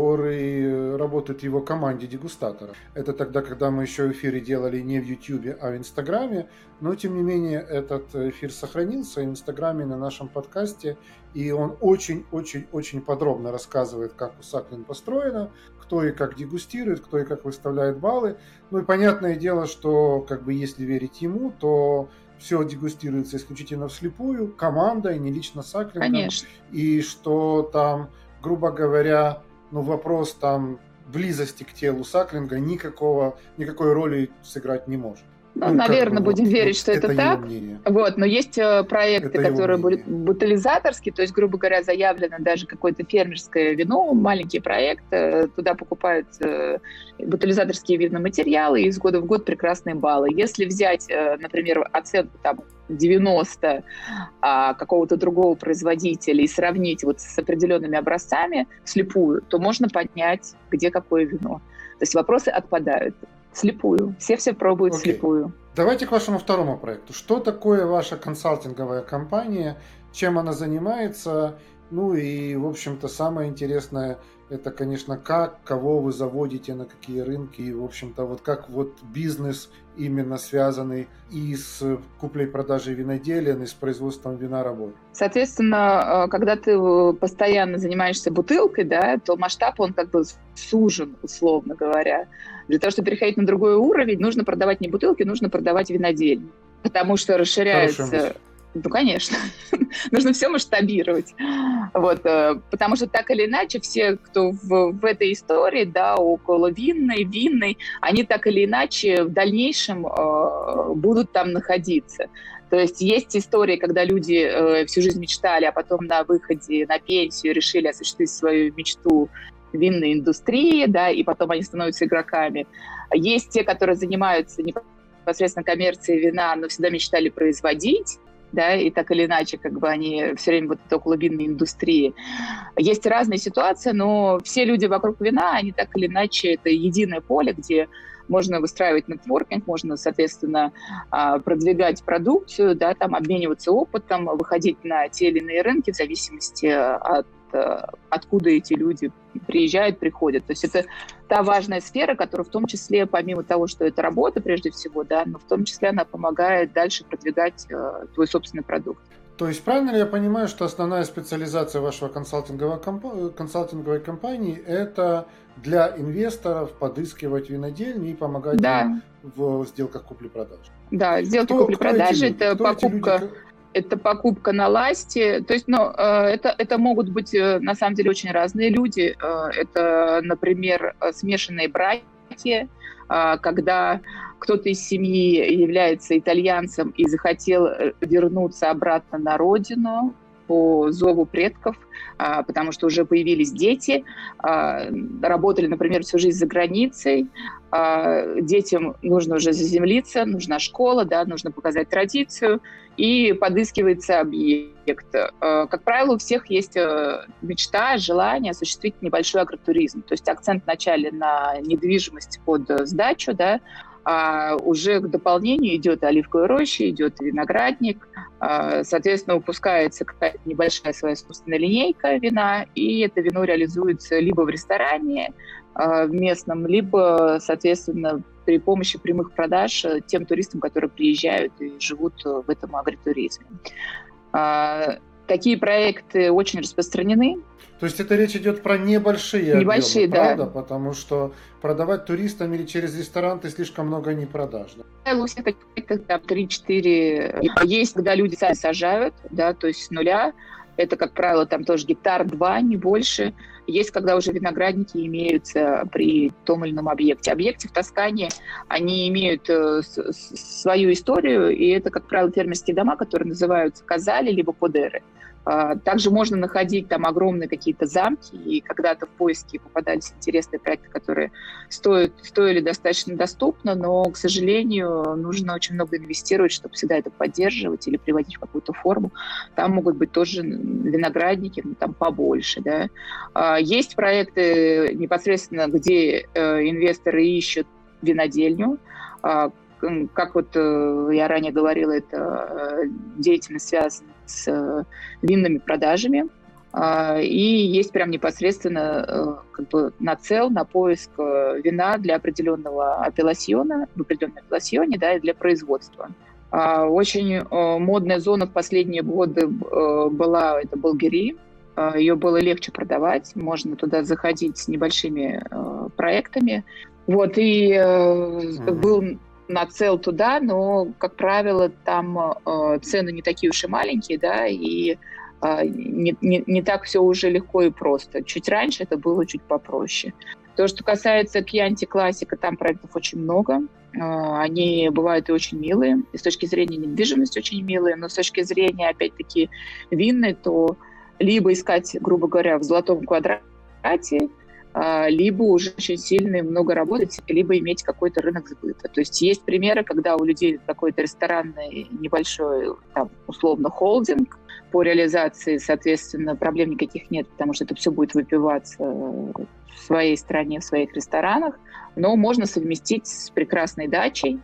который работает в его команде дегустаторов. Это тогда, когда мы еще эфиры делали не в Ютьюбе, а в Инстаграме. Но, тем не менее, этот эфир сохранился в Инстаграме на нашем подкасте. И он очень-очень-очень подробно рассказывает, как у Саклин построено, кто и как дегустирует, кто и как выставляет баллы. Ну и понятное дело, что как бы если верить ему, то все дегустируется исключительно вслепую, командой, не лично Саклингом. Конечно. И что там, грубо говоря, ну вопрос там близости к телу Саклинга никакого, никакой роли сыграть не может. Ну, ну, наверное, бы, будем вот, верить, вот что это, это так. Вот, но есть проекты, это которые бутализаторские, то есть, грубо говоря, заявлено даже какое-то фермерское вино, маленький проект, туда покупают бутализаторские винные материалы, и из года в год прекрасные баллы. Если взять, например, оценку там девяносто а, какого-то другого производителя и сравнить вот с определенными образцами вслепую, то можно понять, где какое вино. То есть вопросы отпадают. Слепую. Все-все пробуют okay. слепую. Давайте к вашему второму проекту. Что такое ваша консалтинговая компания? Чем она занимается? Ну и, в общем-то, самое интересное, это, конечно, как, кого вы заводите, на какие рынки, и, в общем-то, вот как вот бизнес именно связанный и с куплей-продажей виноделия, и с производством вина работает. Соответственно, когда ты постоянно занимаешься бутылкой, да, то масштаб, он как бы сужен, условно говоря. Для того, чтобы переходить на другой уровень, нужно продавать не бутылки, нужно продавать винодельни, потому что расширяется... Ну, конечно. Нужно все масштабировать. Вот, потому что так или иначе все, кто в, в этой истории, да, около винной, винной, они так или иначе в дальнейшем э, будут там находиться. То есть есть истории, когда люди э, всю жизнь мечтали, а потом на выходе на пенсию решили осуществить свою мечту винной индустрии, да, и потом они становятся игроками. Есть те, которые занимаются непосредственно коммерцией вина, но всегда мечтали производить, да, и так или иначе, как бы они все время вот около винной индустрии. Есть разные ситуации, но все люди вокруг вина, они так или иначе, это единое поле, где можно выстраивать нетворкинг, можно, соответственно, продвигать продукцию, да, там, обмениваться опытом, выходить на те или иные рынки в зависимости от откуда эти люди приезжают, приходят. То есть это та важная сфера, которая в том числе, помимо того, что это работа прежде всего, да, но в том числе она помогает дальше продвигать э, твой собственный продукт. То есть правильно ли я понимаю, что основная специализация вашего консалтинговой, комп... консалтинговой компании – это для инвесторов подыскивать винодельни и помогать да. им в сделках купли-продажи? Да, сделки купли-продажи – это кто покупка… Это покупка на ласте. То есть, ну, это, это могут быть, на самом деле, очень разные люди. Это, например, смешанные братья, когда кто-то из семьи является итальянцем и захотел вернуться обратно на родину по зову предков, потому что уже появились дети, работали, например, всю жизнь за границей, детям нужно уже заземлиться, нужна школа, да, нужно показать традицию, и подыскивается объект. Как правило, у всех есть мечта, желание осуществить небольшой агротуризм, то есть акцент вначале на недвижимость под сдачу, да, а уже к дополнению идет оливковая роща, идет виноградник, соответственно, выпускается какая-то небольшая своя собственная линейка вина, и это вино реализуется либо в ресторане в местном, либо, соответственно, при помощи прямых продаж тем туристам, которые приезжают и живут в этом агротуризме. Такие проекты очень распространены. То есть это речь идет про небольшие, небольшие объемы, да. правда? Потому что продавать туристам или через ресторан ты слишком много не продашь. Да? У всех таких там три-четыре. Есть, когда люди сами сажают, да, то есть с нуля. Это, как правило, там тоже гектар-два, не больше. Есть, когда уже виноградники имеются при том или ином объекте. Объекты в Тоскане, они имеют э, с, свою историю, и это, как правило, фермерские дома, которые называются казали либо подеры. А, также можно находить там огромные какие-то замки, и когда-то в поиске попадались интересные проекты, которые стоят, стоили достаточно доступно, но, к сожалению, нужно очень много инвестировать, чтобы всегда это поддерживать или приводить в какую-то форму. Там могут быть тоже виноградники, ну, там побольше, да. А, есть проекты непосредственно, где э, инвесторы ищут винодельню. А, как вот э, я ранее говорила, это э, деятельность связана с э, винными продажами. А, и есть прям непосредственно э, как бы нацел на поиск э, вина для определенного апелласьона, в определенном апелласьоне, да, и для производства. А, очень э, модная зона в последние годы э, была, это Болгери. Ее было легче продавать, можно туда заходить с небольшими э, проектами. Вот, и э, mm-hmm. был нацел туда, но, как правило, там э, цены не такие уж и маленькие, да, и э, не, не, не так все уже легко и просто. Чуть раньше это было чуть попроще. То, что касается Chianti Classico, там проектов очень много. Э, они бывают и очень милые, и с точки зрения недвижимости очень милые, но с точки зрения, опять-таки, винной, то либо искать, грубо говоря, в золотом квадрате, либо уже очень сильно и много работать, либо иметь какой-то рынок сбыта. То есть есть примеры, когда у людей какой-то ресторанный небольшой, там, условно, холдинг по реализации, соответственно, проблем никаких нет, потому что это все будет выпиваться в своей стране, в своих ресторанах, но можно совместить с прекрасной дачей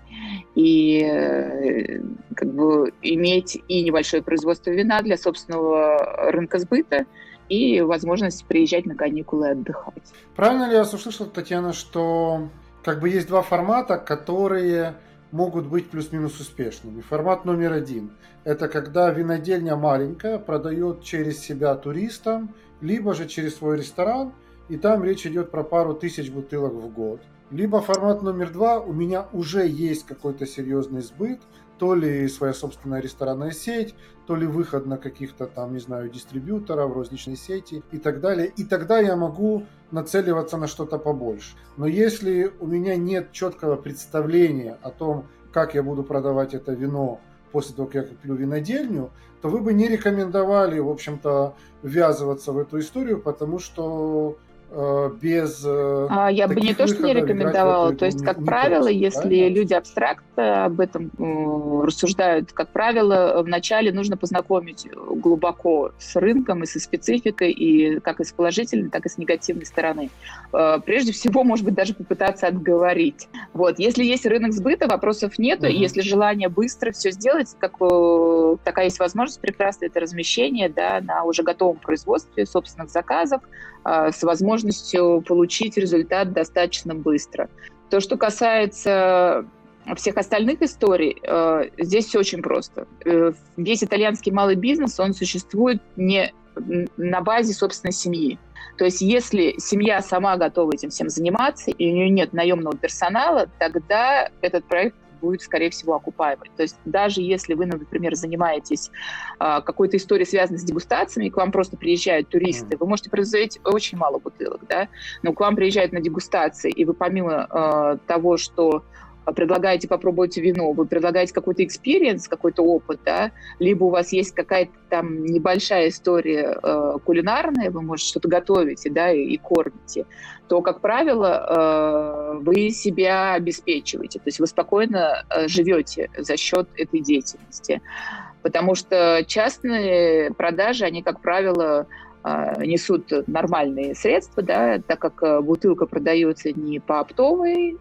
и как бы иметь и небольшое производство вина для собственного рынка сбыта, и возможность приезжать на каникулы и отдыхать. Правильно ли я вас услышал, Татьяна, что как бы есть два формата, которые могут быть плюс-минус успешными? Формат номер один – это когда винодельня маленькая продает через себя туристам, либо же через свой ресторан, и там речь идет про пару тысяч бутылок в год. Либо формат номер два – у меня уже есть какой-то серьезный сбыт, то ли своя собственная ресторанная сеть, то ли выход на каких-то там, не знаю, дистрибьюторов, розничные сети и так далее. И тогда я могу нацеливаться на что-то побольше. Но если у меня нет четкого представления о том, как я буду продавать это вино после того, как я куплю винодельню, то вы бы не рекомендовали, в общем-то, ввязываться в эту историю, потому что без а, я бы не то, что не рекомендовала. То есть, как не правило, просто, если правильно? Люди абстрактно об этом э, рассуждают, как правило, вначале нужно познакомить глубоко с рынком и со спецификой, и как и с положительной, так и с негативной стороны. Э, прежде всего, может быть, даже попытаться отговорить. Вот. Если есть рынок сбыта, вопросов нету. Uh-huh. Если желание быстро все сделать, как, э, такая есть возможность прекрасная, это размещение, да, на уже готовом производстве собственных заказов, э, с возможностью получить результат достаточно быстро. То, что касается всех остальных историй, здесь все очень просто. Весь итальянский малый бизнес, он существует не на базе собственной семьи. То есть если семья сама готова этим всем заниматься, и у нее нет наемного персонала, тогда этот проект будет, скорее всего, окупаемый. То есть даже если вы, например, занимаетесь а, какой-то историей, связанной с дегустациями, и к вам просто приезжают туристы, вы можете производить очень мало бутылок, да, но к вам приезжают на дегустации, и вы помимо а, того, что предлагаете попробовать вино, вы предлагаете какой-то экспириенс, какой-то опыт, да, либо у вас есть какая-то там небольшая история э, кулинарная, вы, может, что-то готовите, да, и, и кормите, то, как правило, э, вы себя обеспечиваете, то есть вы спокойно э, живете за счет этой деятельности. Потому что частные продажи, они, как правило, э, несут нормальные средства, да, так как бутылка продается не по оптовой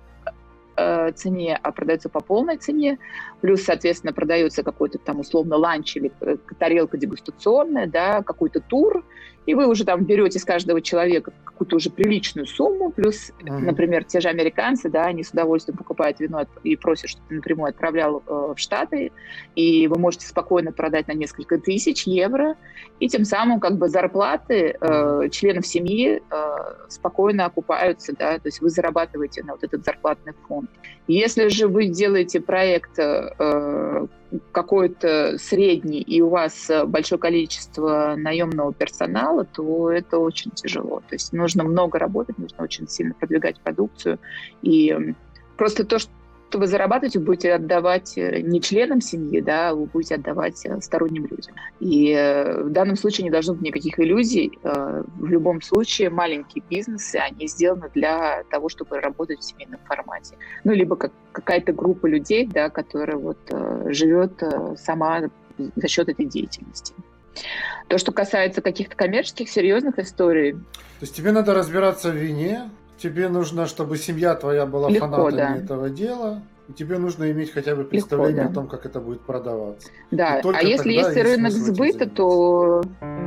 цене, а продается по полной цене, плюс, соответственно, продается какой-то там условно ланч или тарелка дегустационная, да, какой-то тур, и вы уже там берете с каждого человека какую-то уже приличную сумму, плюс, mm-hmm. например, те же американцы, да, они с удовольствием покупают вино и просят, чтобы ты напрямую отправлял э, в Штаты, и вы можете спокойно продать на несколько тысяч евро, и тем самым как бы зарплаты э, членов семьи э, спокойно окупаются, да, то есть вы зарабатываете на вот этот зарплатный фонд. Если же вы делаете проект э, какой-то средний, и у вас большое количество наемного персонала, то это очень тяжело. То есть нужно много работать, нужно очень сильно продвигать продукцию. И просто то, что вы зарабатываете, вы будете отдавать не членам семьи, да, вы будете отдавать сторонним людям. И в данном случае не должно быть никаких иллюзий. В любом случае маленькие бизнесы, они сделаны для того, чтобы работать в семейном формате. Ну, либо как какая-то группа людей, да, которая вот живет сама за счет этой деятельности. То, что касается каких-то коммерческих, серьезных историй. То есть тебе надо разбираться в вине, тебе нужно, чтобы семья твоя была Легко, фанатами да. этого дела, и тебе нужно иметь хотя бы представление Легко, да. о том, как это будет продаваться. Да, а если есть рынок сбыта, то...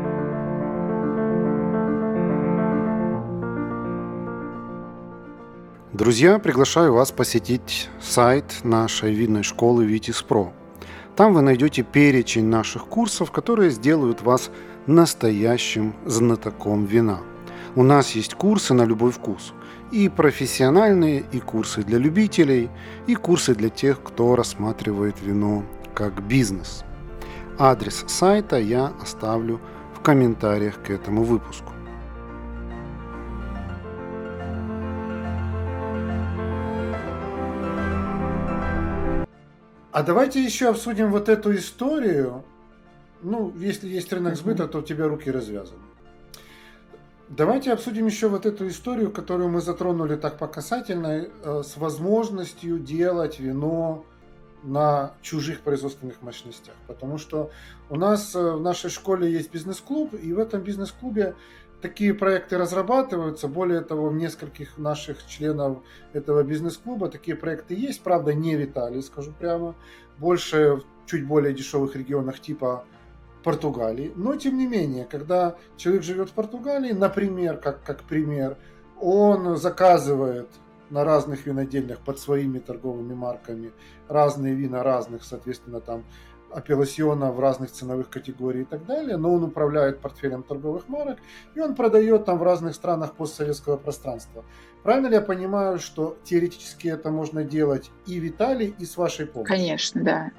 Друзья, приглашаю вас посетить сайт нашей винной школы Vitis.Pro. Там вы найдете перечень наших курсов, которые сделают вас настоящим знатоком вина. У нас есть курсы на любой вкус. И профессиональные, и курсы для любителей, и курсы для тех, кто рассматривает вино как бизнес. Адрес сайта я оставлю в комментариях к этому выпуску. А давайте еще обсудим вот эту историю. Ну, если есть рынок сбыта, то у тебя руки развязаны. Давайте обсудим еще вот эту историю, которую мы затронули так по касательной, с возможностью делать вино на чужих производственных мощностях. Потому что у нас в нашей школе есть бизнес-клуб, и в этом бизнес-клубе такие проекты разрабатываются. Более того, в нескольких наших членов этого бизнес-клуба такие проекты есть. Правда, не в Италии, скажу прямо. Больше в чуть более дешевых регионах типа Португалии. Но, тем не менее, когда человек живет в Португалии, например, как, как пример, он заказывает на разных винодельнях под своими торговыми марками разные вина разных, соответственно, там апелласьона в разных ценовых категориях и так далее, но он управляет портфелем торговых марок, и он продает там в разных странах постсоветского пространства. Правильно ли я понимаю, что теоретически это можно делать и в Италии, и с вашей помощью? Конечно, да.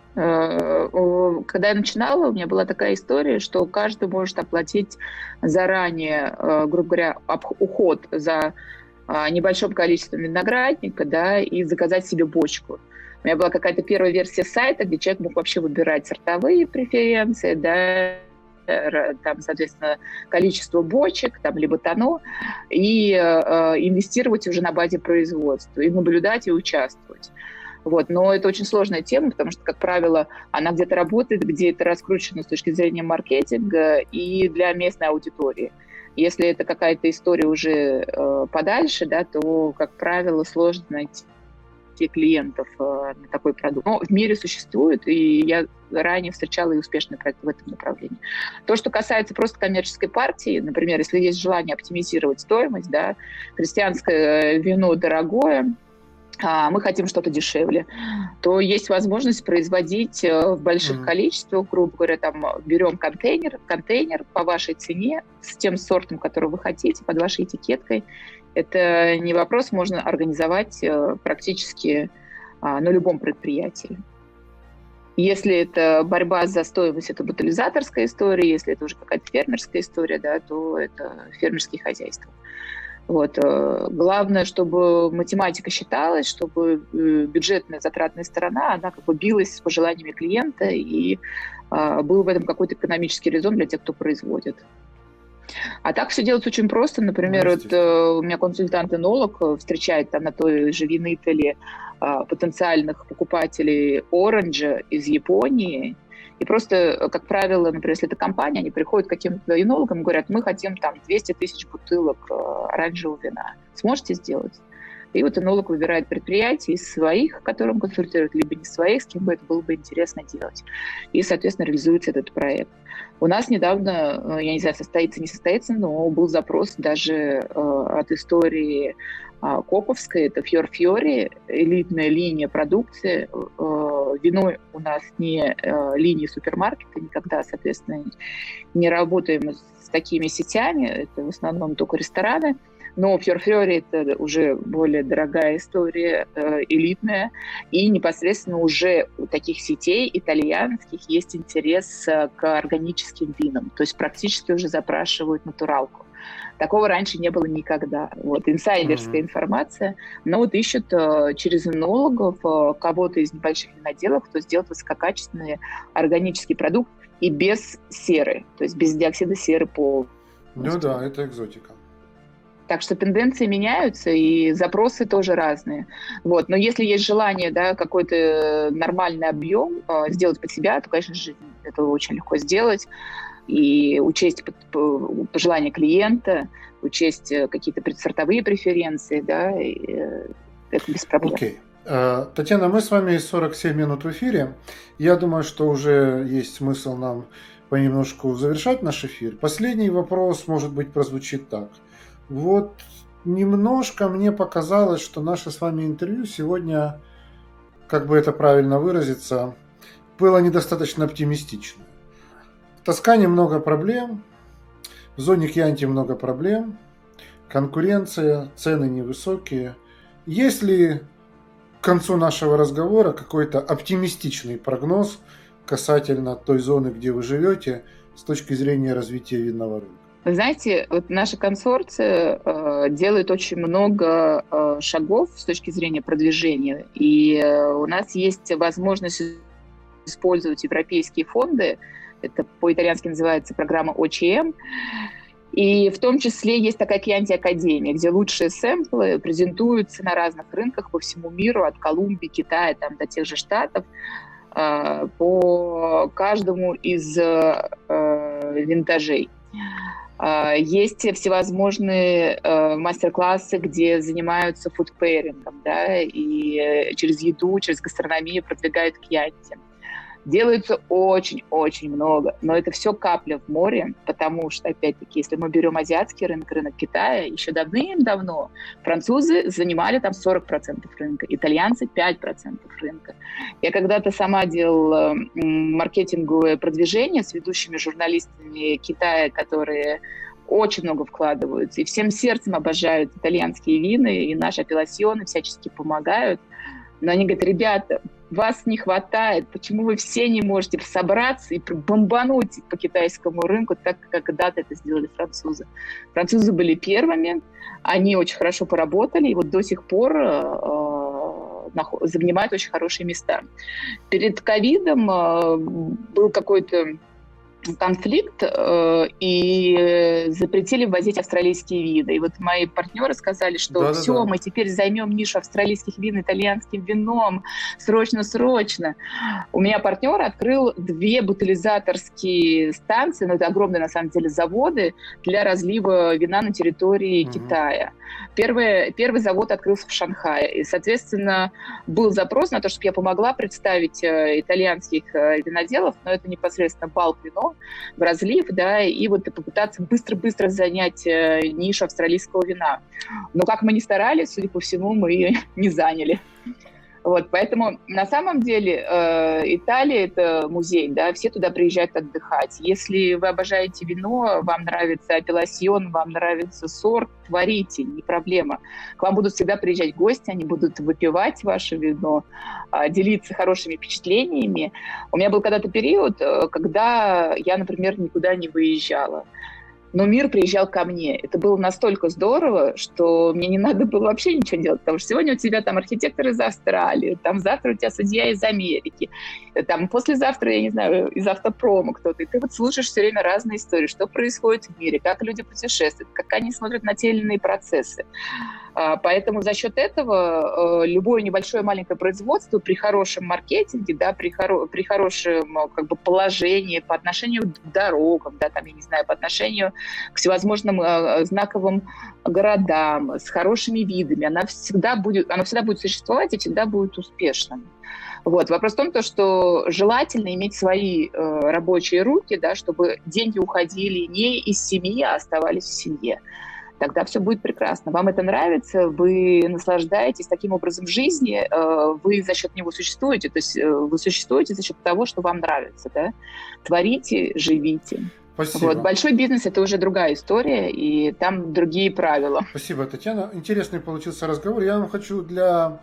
Когда я начинала, у меня была такая история, что каждый может оплатить заранее, грубо говоря, уход за небольшим количеством виноградника, да, и заказать себе бочку. У меня была какая-то первая версия сайта, где человек мог вообще выбирать сортовые преференции, да, там, соответственно, количество бочек, там, либо тоно, и э, инвестировать уже на базе производства, и наблюдать, и участвовать. Вот. Но это очень сложная тема, потому что, как правило, она где-то работает, где это раскручено с точки зрения маркетинга и для местной аудитории. Если это какая-то история уже э, подальше, да, то, как правило, сложно найти клиентов на такой продукт. Но в мире существует, и я ранее встречала и успешные проекты в этом направлении. То, что касается просто коммерческой партии, например, если есть желание оптимизировать стоимость, да, крестьянское вино дорогое, а мы хотим что-то дешевле, то есть возможность производить в больших mm-hmm. количествах, грубо говоря, там берем контейнер, контейнер по вашей цене, с тем сортом, который вы хотите, под вашей этикеткой. Это не вопрос, можно организовать практически на любом предприятии. Если это борьба за стоимость, это ботулизаторская история, если это уже какая-то фермерская история, да, то это фермерские хозяйства. Вот. Главное, чтобы математика считалась, чтобы бюджетная затратная сторона, она как бы билась с пожеланиями клиента, и был в этом какой-то экономический резон для тех, кто производит. А так все делать очень просто. Например, вот, э, у меня консультант-энолог встречает там на той же Винителе э, потенциальных покупателей оранжа из Японии. И просто, как правило, например, если это компания, они приходят к каким-то энологам и говорят, мы хотим там двести тысяч бутылок э, оранжевого вина. Сможете сделать? И вот энолог выбирает предприятия из своих, которым консультируют, либо не своих, с кем бы это было бы интересно делать. И, соответственно, реализуется этот проект. У нас недавно, я не знаю, состоится, не состоится, но был запрос даже э, от истории э, Коковской, это Fior Fiori, элитная линия продукции. Э, вино у нас не э, линии супермаркета, никогда, соответственно, не работаем с такими сетями, это в основном только рестораны. Но Fior Fiori это уже более дорогая история, э, элитная, и непосредственно уже у таких сетей итальянских есть интерес к органическим винам, то есть практически уже запрашивают натуралку. Такого раньше не было никогда. Вот, инсайдерская mm-hmm. информация, но вот ищут э, через энологов э, кого-то из небольших виноделов, кто сделает высококачественный органический продукт и без серы, то есть без диоксида серы полностью. Ну да, это экзотика. Так что тенденции меняются, и запросы тоже разные. Вот. Но если есть желание, да, какой-то нормальный объем э, сделать под себя, то, конечно же, это очень легко сделать. И учесть пожелания клиента, учесть какие-то предсортовые преференции, да, и, э, это без проблем. Окей. Okay. Татьяна, мы с вами сорок семь минут в эфире. Я думаю, что уже есть смысл нам понемножку завершать наш эфир. Последний вопрос, может быть, прозвучит так. Вот немножко мне показалось, что наше с вами интервью сегодня, как бы это правильно выразиться, было недостаточно оптимистично. В Тоскане много проблем, в зоне Кьянти много проблем, конкуренция, цены невысокие. Есть ли к концу нашего разговора какой-то оптимистичный прогноз касательно той зоны, где вы живете, с точки зрения развития винного рынка? Вы знаете, вот наша консорция э, делает очень много э, шагов с точки зрения продвижения, и э, у нас есть возможность использовать европейские фонды, это по-итальянски называется программа о че эм, и в том числе есть такая Кьянти Академия, где лучшие сэмплы презентуются на разных рынках по всему миру, от Колумбии, Китая там, до тех же Штатов, э, по каждому из э, винтажей. Есть всевозможные э, мастер-классы, где занимаются фудпэрингом, да, и через еду, через гастрономию продвигают Кьянти. Делается очень-очень много, но это все капля в море, потому что, опять-таки, если мы берем азиатский рынок, рынок Китая, еще давным-давно французы занимали там сорок процентов рынка, итальянцы пять процентов рынка. Я когда-то сама делала маркетинговое продвижение с ведущими журналистами Китая, которые очень много вкладываются и всем сердцем обожают итальянские вины, и наши апелласьоны всячески помогают. Но они говорят: ребята, вас не хватает, почему вы все не можете собраться и бомбануть по китайскому рынку, так как когда-то это сделали французы. Французы были первыми, они очень хорошо поработали, и вот до сих пор э, занимают очень хорошие места. Перед ковидом э, был какой-то конфликт, э, и запретили ввозить австралийские вина. И вот мои партнеры сказали, что да, все, да, да. мы теперь займем нишу австралийских вин итальянским вином. Срочно-срочно. У меня партнер открыл две бутилизаторские станции, ну это огромные на самом деле заводы, для разлива вина на территории mm-hmm. Китая. Первый, первый завод открылся в Шанхае. И, соответственно, был запрос на то, чтобы я помогла представить итальянских виноделов, но это непосредственно балк-вино, в разлив, да, и вот попытаться быстро-быстро занять нишу австралийского вина. Но как мы ни старались, судя по всему, мы ее не заняли. Вот, поэтому на самом деле э, Италия – это музей, да, все туда приезжают отдыхать. Если вы обожаете вино, вам нравится апелласьон, вам нравится сорт, творите, не проблема. К вам будут всегда приезжать гости, они будут выпивать ваше вино, э, делиться хорошими впечатлениями. У меня был когда-то период, э, когда я, например, никуда не выезжала. Но мир приезжал ко мне. Это было настолько здорово, что мне не надо было вообще ничего делать, потому что сегодня у тебя там архитектор из Австралии, там завтра у тебя судья из Америки, там послезавтра, я не знаю, из автопрома кто-то. И ты вот слушаешь все время разные истории, что происходит в мире, как люди путешествуют, как они смотрят на те или иные процессы. Поэтому за счет этого любое небольшое маленькое производство при хорошем маркетинге, да, при, хоро- при хорошем как бы, положении по отношению к дорогам, да, там, я не знаю, по отношению к всевозможным э, знаковым городам, с хорошими видами, она всегда будет, она всегда будет существовать и всегда будет успешным. Вот. Вопрос в том, то, что желательно иметь свои э, рабочие руки, да, чтобы деньги уходили не из семьи, а оставались в семье. Тогда все будет прекрасно. Вам это нравится, вы наслаждаетесь таким образом жизни, э, вы за счет него существуете, то есть э, вы существуете за счет того, что вам нравится. Да? Творите, живите. Спасибо. Вот. Большой бизнес – это уже другая история, и там другие правила. Спасибо, Татьяна. Интересный получился разговор. Я вам хочу для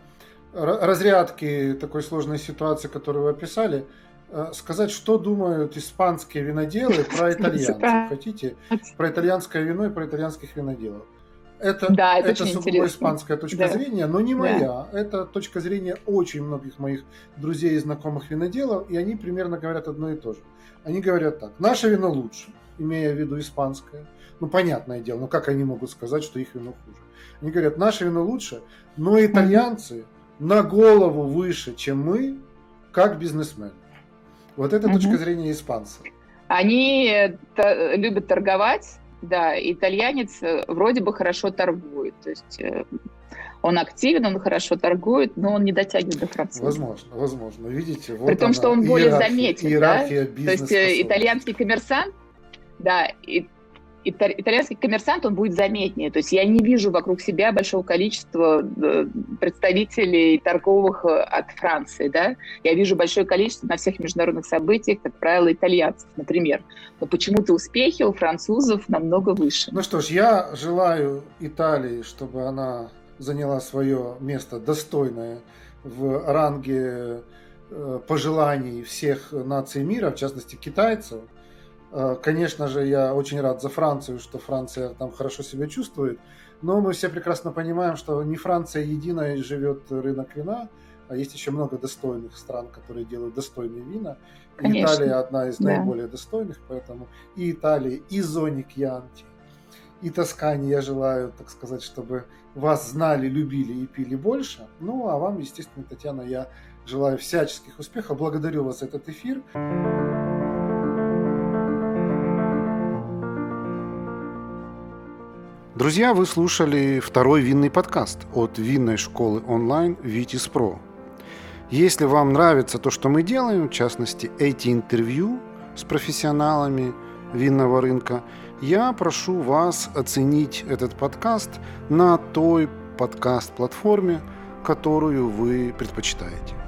разрядки такой сложной ситуации, которую вы описали, сказать, что думают испанские виноделы про итальянцев. Хотите? Про итальянское вино и про итальянских виноделов. Это, да, это, это сугубо интересно. Испанская точка да. зрения, но не моя. Да. Это точка зрения очень многих моих друзей и знакомых виноделов, и они примерно говорят одно и то же. Они говорят так: наше вино лучше, имея в виду испанское. Ну, понятное дело, но как они могут сказать, что их вино хуже? Они говорят, наше вино лучше, но итальянцы mm-hmm. на голову выше, чем мы, как бизнесмены. Вот это mm-hmm. точка зрения испанцев. Они т- любят торговать. Да, итальянец вроде бы хорошо торгует, то есть он активен, он хорошо торгует, но он не дотягивает до француза. Возможно, возможно. Видите, вот при том, что он более заметен, иерархия да? То есть итальянский коммерсант, да, и итальянский коммерсант, он будет заметнее. То есть я не вижу вокруг себя большого количества представителей торговых от Франции, да. Я вижу большое количество на всех международных событиях, как правило, итальянцев, например. Но почему-то успехи у французов намного выше. Ну что ж, я желаю Италии, чтобы она заняла свое место достойное в ранге пожеланий всех наций мира, в частности китайцев. Конечно же, я очень рад за Францию, что Франция там хорошо себя чувствует, но мы все прекрасно понимаем, что не Франция единая живет рынок вина, а есть еще много достойных стран, которые делают достойные вина. И Италия одна из да. наиболее достойных, поэтому и Италии, и зоне Кьянти, и Тоскане я желаю, так сказать, чтобы вас знали, любили и пили больше. Ну, а вам, естественно, Татьяна, я желаю всяческих успехов. Благодарю вас за этот эфир. Друзья, вы слушали второй винный подкаст от винной школы онлайн Vitis Pro. Если вам нравится то, что мы делаем, в частности, эти интервью с профессионалами винного рынка, я прошу вас оценить этот подкаст на той подкаст-платформе, которую вы предпочитаете.